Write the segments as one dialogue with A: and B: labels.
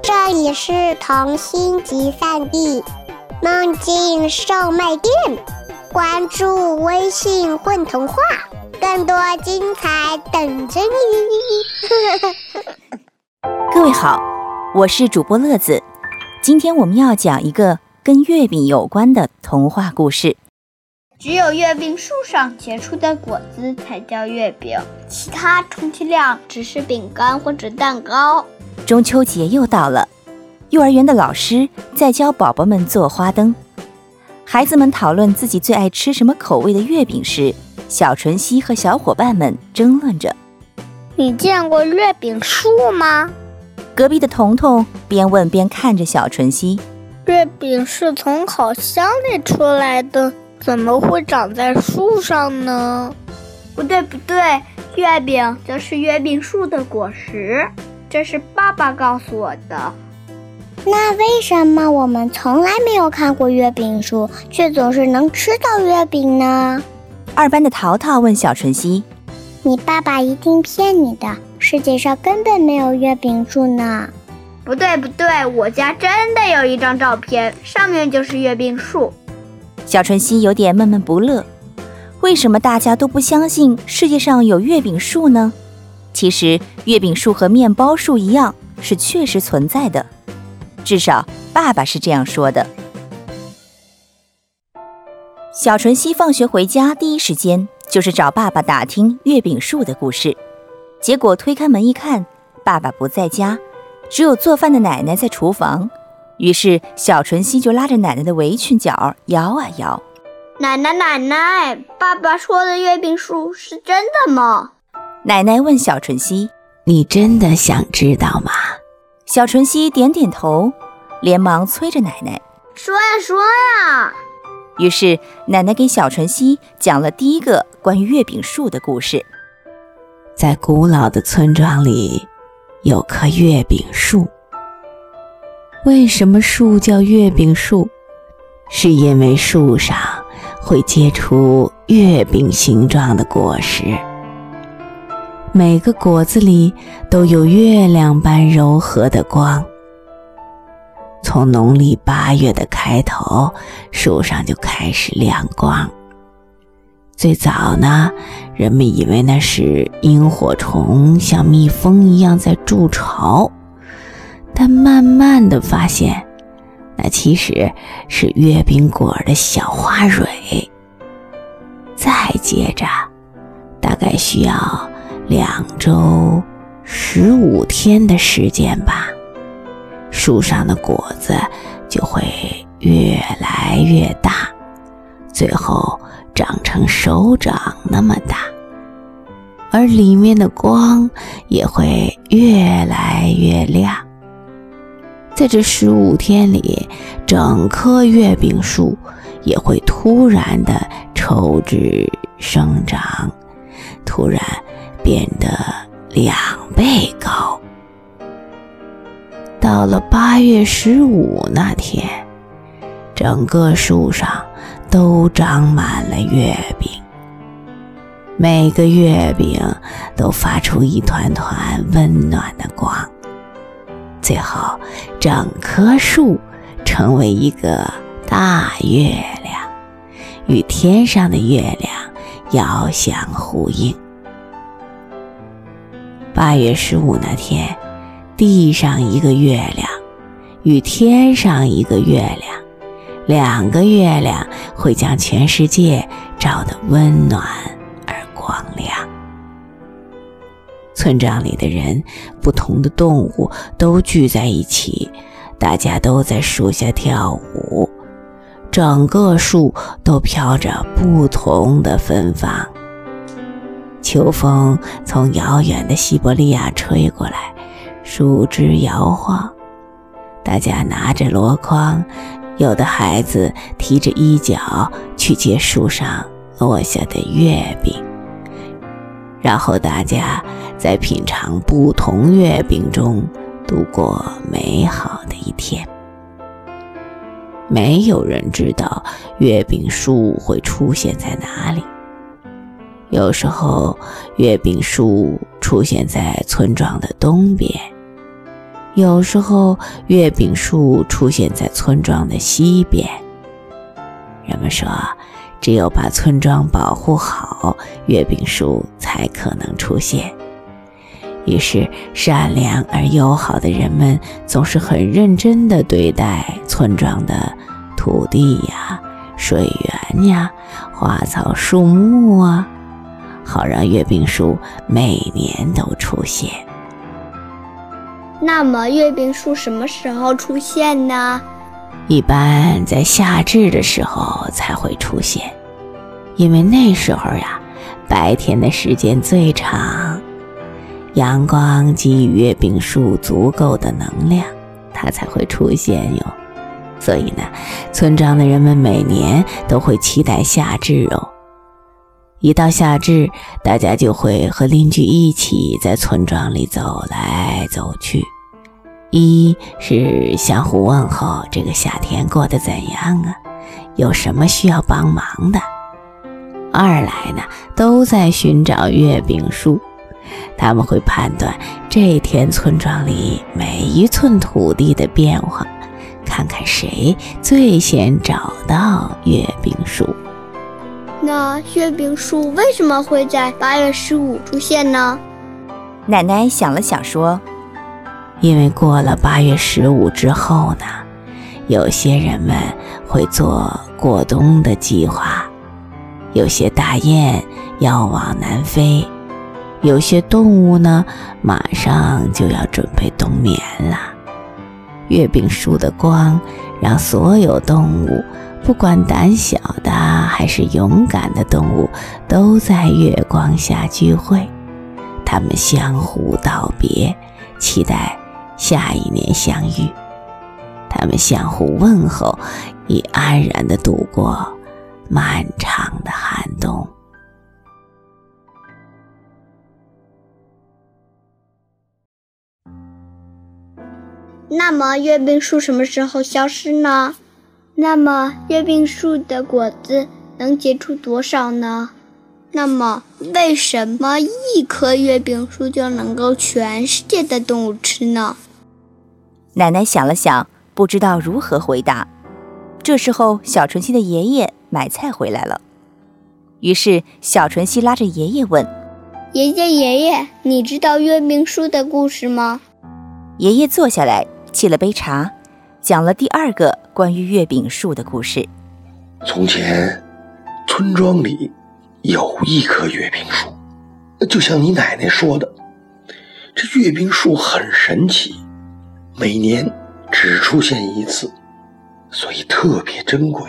A: 这里是童心集散地梦境售卖店，关注微信混童话，更多精彩等着你。
B: 各位好，我是主播乐子，今天我们要讲一个跟月饼有关的童话故事。
C: 只有月饼树上结出的果子才叫月饼，其他充其量只是饼干或者蛋糕。
B: 中秋节又到了，幼儿园的老师在教宝宝们做花灯。孩子们讨论自己最爱吃什么口味的月饼时，小纯熙和小伙伴们争论着。
C: 你见过月饼树吗？
B: 隔壁的彤彤边问边看着小纯熙。
C: 月饼是从烤箱里出来的，怎么会长在树上呢？不对，月饼就是月饼树的果实，这是爸爸告诉我的。
A: 那为什么我们从来没有看过月饼树，却总是能吃到月饼呢？
B: 二班的淘淘问小纯熙。
A: 你爸爸一定骗你的，世界上根本没有月饼树呢。
C: 不对，我家真的有一张照片，上面就是月饼树。
B: 小纯熙有点闷闷不乐，为什么大家都不相信世界上有月饼树呢？其实月饼树和面包树一样，是确实存在的，至少爸爸是这样说的。小纯熙放学回家第一时间就是找爸爸打听月饼树的故事，结果推开门一看，爸爸不在家，只有做饭的奶奶在厨房。于是小纯熙就拉着奶奶的围裙角摇啊摇。
C: 奶奶，爸爸说的月饼树是真的吗？
B: 奶奶问小纯熙。
D: 你真的想知道吗？
B: 小纯熙点点头，连忙催着奶奶
C: 说呀。
B: 于是奶奶给小纯熙讲了第一个关于月饼树的故事。
D: 在古老的村庄里有棵月饼树。为什么树叫月饼树？是因为树上会结出月饼形状的果实，每个果子里都有月亮般柔和的光。从农历8月的开头，树上就开始亮光。最早呢，人们以为那是萤火虫像蜜蜂一样在筑巢，但慢慢地发现，那其实是月饼果的小花蕊。再接着，大概需要2周15天的时间吧，树上的果子就会越来越大，最后长成手掌那么大，而里面的光也会越来越亮。在这15天里，整棵月饼树也会突然的抽枝生长，突然变得2倍高。到了8月15那天，整个树上都长满了月饼，每个月饼都发出一团团温暖的光，最后整棵树成为一个大月亮，与天上的月亮遥相呼应。8月15那天，地上一个月亮与天上一个月亮，2个月亮会将全世界照得温暖而光亮。村庄里的人，不同的动物都聚在一起，大家都在树下跳舞，整个树都飘着不同的芬芳。秋风从遥远的西伯利亚吹过来，树枝摇晃，大家拿着箩筐，有的孩子提着衣角去接树上落下的月饼，然后大家在品尝不同月饼中度过美好的一天。没有人知道月饼树会出现在哪里，有时候月饼树出现在村庄的东边， 有时候月饼树出现在村庄的西边。人们说，只有把村庄保护好，月饼树才可能出现。于是善良而友好的人们总是很认真地对待村庄的土地呀、水源呀、花草树木啊，好让月饼树每年都出现。
C: 那么月饼树什么时候出现呢？
D: 一般在夏至的时候才会出现，因为那时候呀，白天的时间最长，阳光给予月饼树足够的能量，它才会出现哟。所以呢，村庄的人们每年都会期待夏至哦。一到夏至，大家就会和邻居一起在村庄里走来走去，一是相互问候这个夏天过得怎样啊，有什么需要帮忙的；二来呢，都在寻找月饼树，他们会判断这天村庄里每一寸土地的变化，看看谁最先找到月饼树。
C: 那月饼树为什么会在8月15出现呢？
B: 奶奶想了想说，
D: 因为过了8月15之后呢，有些人们会做过冬的计划，有些大雁要往南飞，有些动物呢马上就要准备冬眠了。月饼树的光让所有动物，不管胆小的还是勇敢的动物，都在月光下聚会，他们相互道别，期待下一年相遇。他们相互问候，以安然地度过漫长的寒冬。
C: 那么月饼树什么时候消失呢？那么月饼树的果子能结出多少呢？那么为什么一棵月饼树就能够全世界的动物吃呢？
B: 奶奶想了想，不知道如何回答。这时候小纯熙的爷爷买菜回来了，于是小纯熙拉着爷爷问：
C: 爷爷，你知道月饼树的故事吗？
B: 爷爷坐下来沏了杯茶，讲了第2个关于月饼树的故事。
E: 从前村庄里有一棵月饼树，就像你奶奶说的，这月饼树很神奇，每年只出现一次，所以特别珍贵。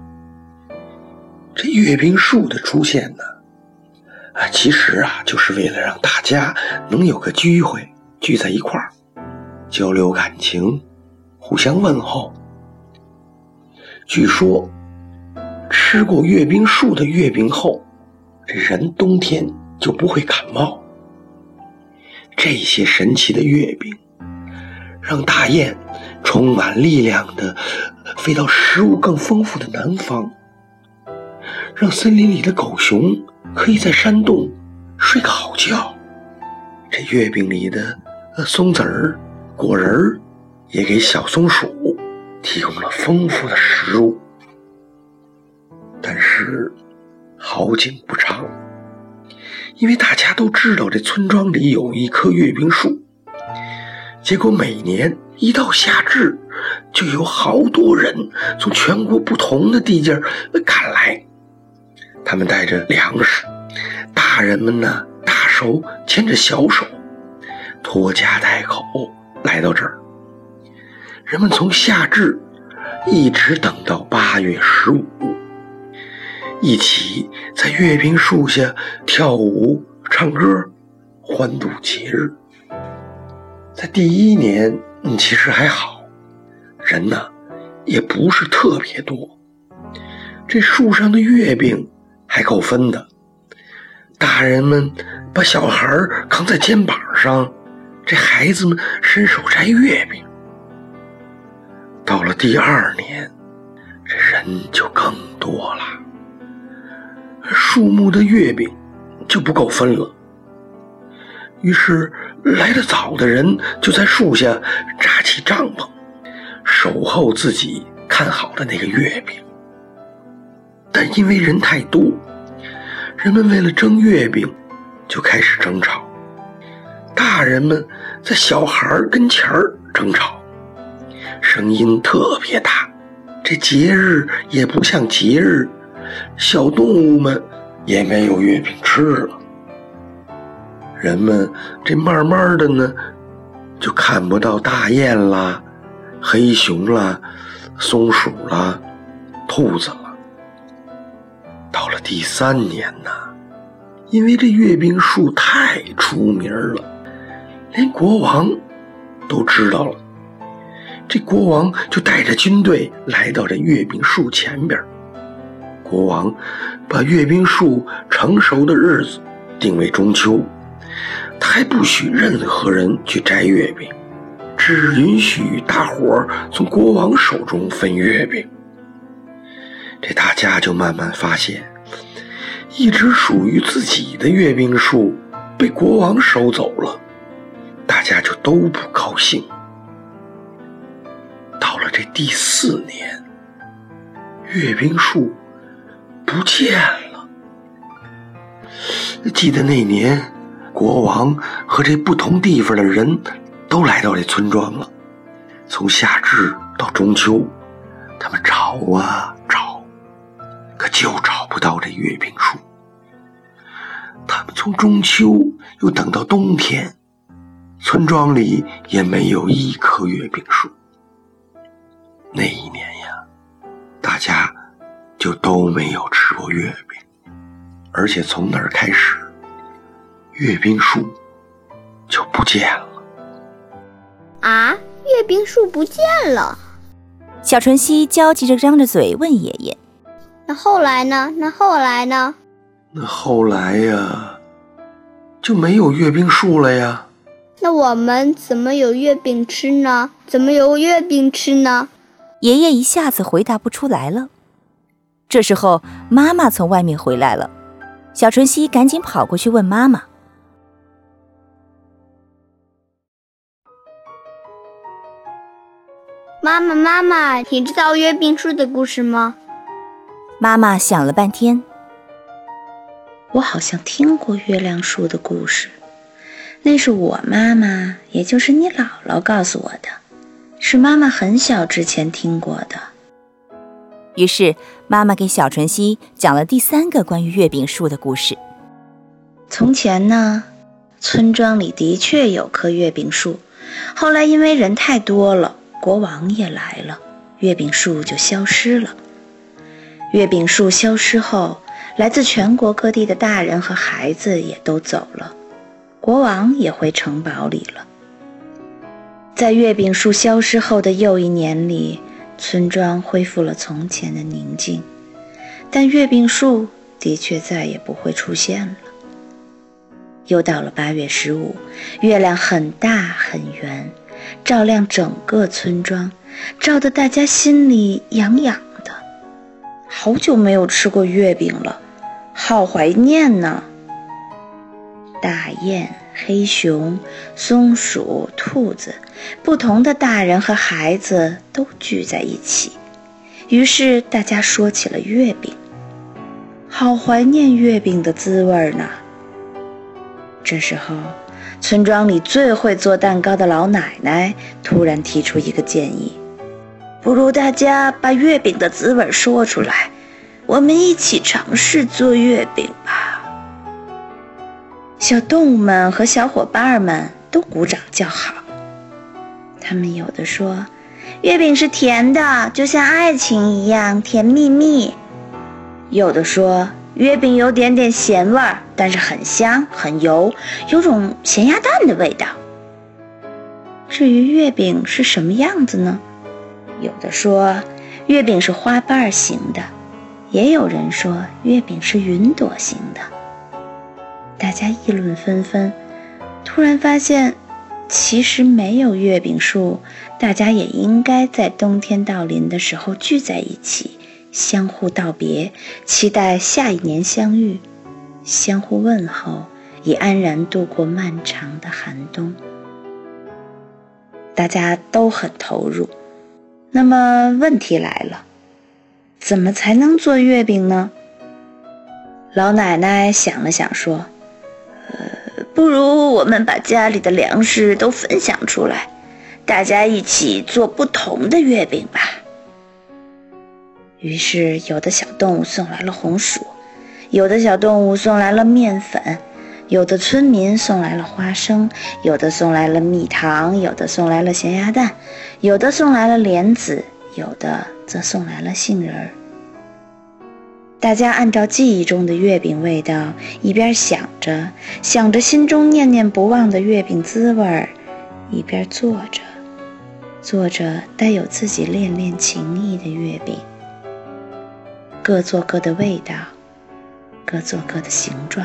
E: 这月饼树的出现呢，其实就是为了让大家能有个机会聚在一块儿，交流感情，互相问候。据说吃过月饼树的月饼后，这人冬天就不会感冒。这些神奇的月饼让大雁充满力量地飞到食物更丰富的南方，让森林里的狗熊可以在山洞睡个好觉。这月饼里的松子儿、果仁儿也给小松鼠提供了丰富的食物。但是好景不长，因为大家都知道这村庄里有一棵月饼树，结果每年一到夏至，就有好多人从全国不同的地界赶来，他们带着粮食，大人们呢大手牵着小手，拖家带口来到这儿。人们从夏至一直等到8月15，一起在月饼树下跳舞唱歌，欢度节日。在第1年其实还好，人呢也不是特别多，这树上的月饼还够分的，大人们把小孩扛在肩膀上，这孩子们伸手摘月饼。到了第2年，这人就更多了，树木的月饼就不够分了。 于是来得早的人就在树下扎起帐篷，守候自己看好的那个月饼。但因为人太多，人们为了争月饼就开始争吵，大人们在小孩跟前争吵，声音特别大。这节日也不像节日，小动物们也没有月饼吃了。人们这慢慢的呢，就看不到大雁啦、黑熊啦、松鼠啦、兔子了。到了第3年呢，因为这月饼树太出名了，连国王都知道了。这国王就带着军队来到这月饼树前边。国王把月饼树成熟的日子定为中秋，他还不许任何人去摘月饼，只允许大伙从国王手中分月饼。这大家就慢慢发现，一直属于自己的月饼树被国王收走了，大家就都不高兴。到了这第4年，月饼树不见了。记得那年，国王和这不同地方的人都来到这村庄了。从夏至到中秋，他们找啊找，可就找不到这月饼树。他们从中秋又等到冬天，村庄里也没有一棵月饼树。那一年呀，大家就都没有吃过月饼，而且从那儿开始，月饼树就不见了。
A: 啊，月饼树不见了！
B: 小纯熙焦急着张着嘴问爷爷：“
A: 那后来呢？那后来
E: 呀，就没有月饼树了呀。
C: 那我们怎么有月饼吃呢？
B: 爷爷一下子回答不出来了。这时候妈妈从外面回来了，小纯熙赶紧跑过去问妈妈。
C: 妈妈，你知道月饼树的故事吗？
B: 妈妈想了半天，
D: 我好像听过月亮树的故事，那是我妈妈，也就是你姥姥告诉我的，是妈妈很小之前听过的。
B: 于是妈妈给小纯熙讲了第3个关于月饼树的故事。
D: 从前呢，村庄里的确有棵月饼树，后来因为人太多了，国王也来了，月饼树就消失了。月饼树消失后，来自全国各地的大人和孩子也都走了，国王也回城堡里了。在月饼树消失后的又1年里，村庄恢复了从前的宁静，但月饼树的确再也不会出现了。又到了8月15，月亮很大很圆，照亮整个村庄，照得大家心里痒痒的。好久没有吃过月饼了，好怀念呢。大雁、黑熊、松鼠、兔子，不同的大人和孩子都聚在一起，于是大家说起了月饼，好怀念月饼的滋味呢。这时候，村庄里最会做蛋糕的老奶奶突然提出一个建议，不如大家把月饼的滋味说出来，我们一起尝试做月饼吧。小动物们和小伙伴们都鼓掌叫好。他们有的说，月饼是甜的，就像爱情一样甜蜜蜜。有的说，月饼有点咸味儿，但是很香很油，有种咸鸭蛋的味道。至于月饼是什么样子呢？有的说月饼是花瓣形的，也有人说月饼是云朵形的。大家议论纷纷，突然发现其实没有月饼树，大家也应该在冬天到临的时候聚在一起，相互道别，期待下一年相遇，相互问候， 也安然度过漫长的寒冬。大家都很投入。那么问题来了，怎么才能做月饼呢？老奶奶想了想说，不如我们把家里的粮食都分享出来，大家一起做不同的月饼吧。于是有的小动物送来了红薯，有的小动物送来了面粉，有的村民送来了花生，有的送来了蜜糖，有的送来了咸鸭蛋，有的送来了莲子，有的则送来了杏仁儿。大家按照记忆中的月饼味道，一边想着心中念念不忘的月饼滋味，一边做着带有自己恋恋情意的月饼，各做各的味道，各做各的形状。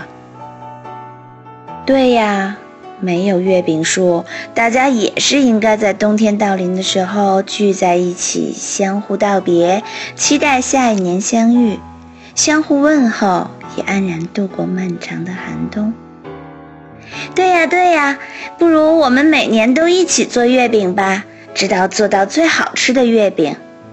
D: 对呀，没有月饼树，大家也是应该在冬天到临的时候聚在一起，相互道别，期待下一年相遇，相互问候，也安然度过漫长的寒冬。对呀，不如我们每年都一起做月饼吧，直到做到最好吃的月饼。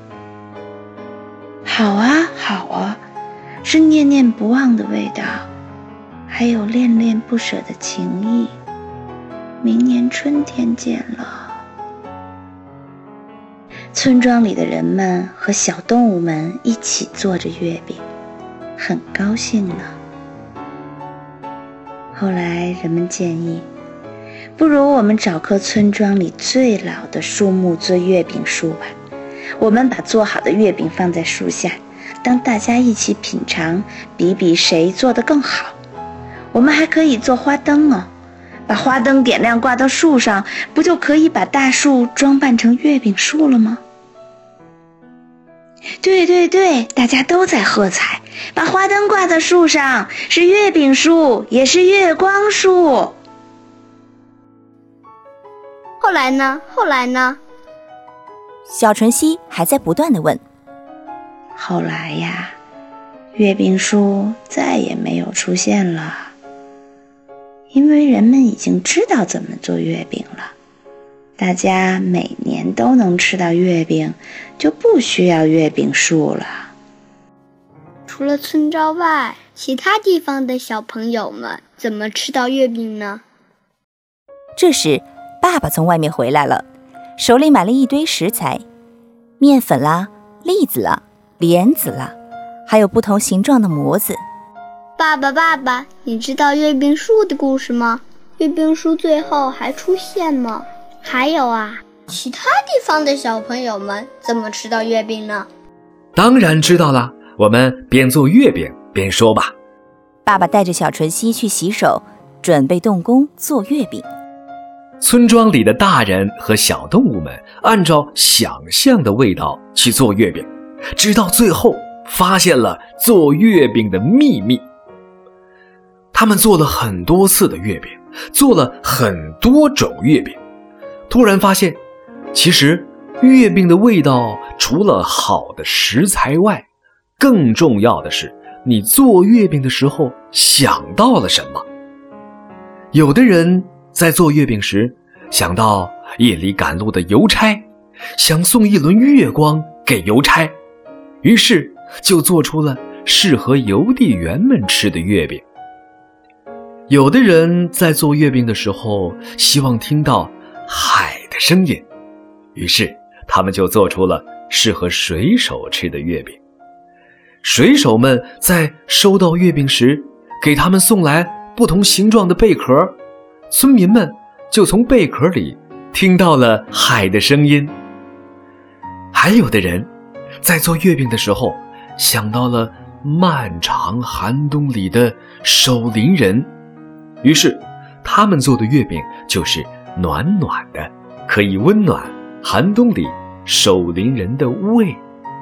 D: 好啊，是念念不忘的味道，还有恋恋不舍的情谊。明年春天见了。村庄里的人们和小动物们一起做着月饼，很高兴呢。后来人们建议，不如我们找棵村庄里最老的树木做月饼树吧。我们把做好的月饼放在树下，当大家一起品尝，比比谁做得更好。我们还可以做花灯哦，把花灯点亮挂到树上，不就可以把大树装扮成月饼树了吗？对，大家都在喝彩，把花灯挂到树上，是月饼树，也是月光树。
C: 后来呢？
B: 小晨曦还在不断地问。
D: 后来呀，月饼树再也没有出现了，因为人们已经知道怎么做月饼了。大家每年都能吃到月饼，就不需要月饼树了。
C: 除了村庄外，其他地方的小朋友们怎么吃到月饼呢？
B: 这时，爸爸从外面回来了，手里买了一堆食材，面粉啦、栗子啦、莲子啦，还有不同形状的模子。
C: 爸爸，你知道月饼树的故事吗？月饼树最后还出现吗？还有啊，其他地方的小朋友们怎么吃到月饼呢？
F: 当然知道了，我们边做月饼边说吧。
B: 爸爸带着小晨曦去洗手，准备动工做月饼。
F: 村庄里的大人和小动物们按照想象的味道去做月饼，直到最后发现了做月饼的秘密。他们做了很多次的月饼，做了很多种月饼，突然发现，其实月饼的味道除了好的食材外，更重要的是你做月饼的时候想到了什么。有的人在做月饼时想到夜里赶路的邮差，想送一轮月光给邮差，于是就做出了适合邮递员们吃的月饼。有的人在做月饼的时候希望听到海的声音，于是他们就做出了适合水手吃的月饼。水手们在收到月饼时给他们送来不同形状的贝壳，村民们就从贝壳里听到了海的声音。还有的人在做月饼的时候想到了漫长寒冬里的守灵人，于是他们做的月饼就是暖暖的，可以温暖寒冬里守灵人的胃。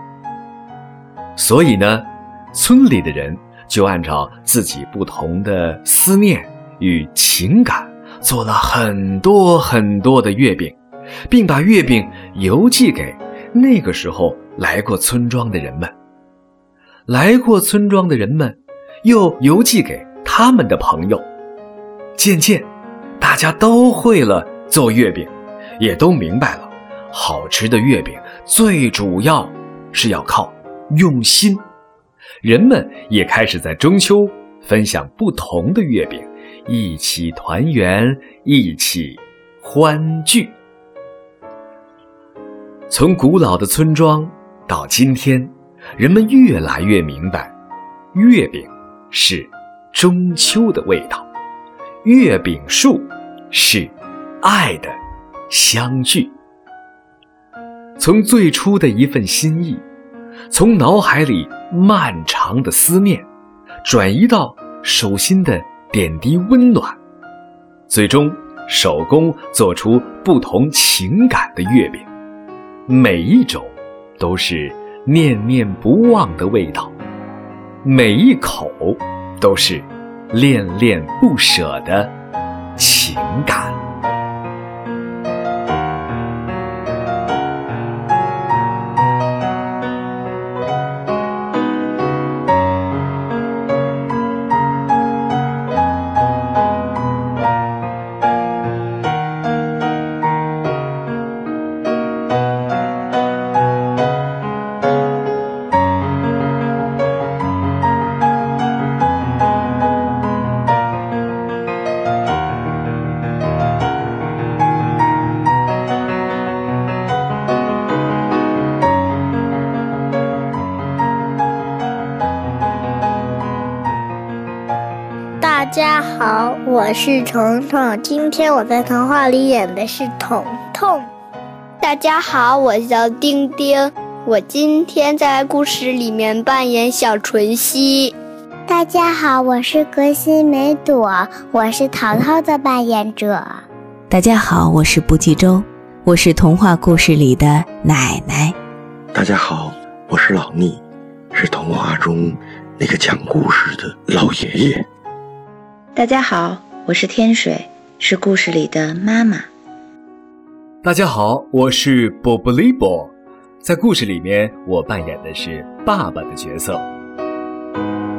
F: 所以呢，村里的人就按照自己不同的思念与情感，做了很多很多的月饼，并把月饼邮寄给那个时候来过村庄的人们。来过村庄的人们又邮寄给他们的朋友， 渐渐，大家都会了做月饼，也都明白了，好吃的月饼最主要是要靠用心。人们也开始在中秋分享不同的月饼，一起团圆，一起欢聚。从古老的村庄到今天，人们越来越明白，月饼是中秋的味道，月饼树是爱的相聚。从最初的一份心意，从脑海里漫长的思念，转移到手心的点滴温暖，最终手工做出不同情感的月饼，每一种都是念念不忘的味道，每一口都是恋恋不舍的情感。
C: 大家好，我是彤彤，今天我在童话里演的是彤彤。大家好，我叫丁丁，我今天在故事里面扮演小纯熙。
A: 大家好，我是格西梅朵，我是淘淘的扮演者。
D: 大家好，我是不记周，我是童话故事里的奶奶。
E: 大家好，我是老聂，是童话中那个讲故事的老爷爷。
G: 大家好，我是天水，是故事里的妈妈。
F: 大家好，我是波波利波，在故事里面我扮演的是爸爸的角色。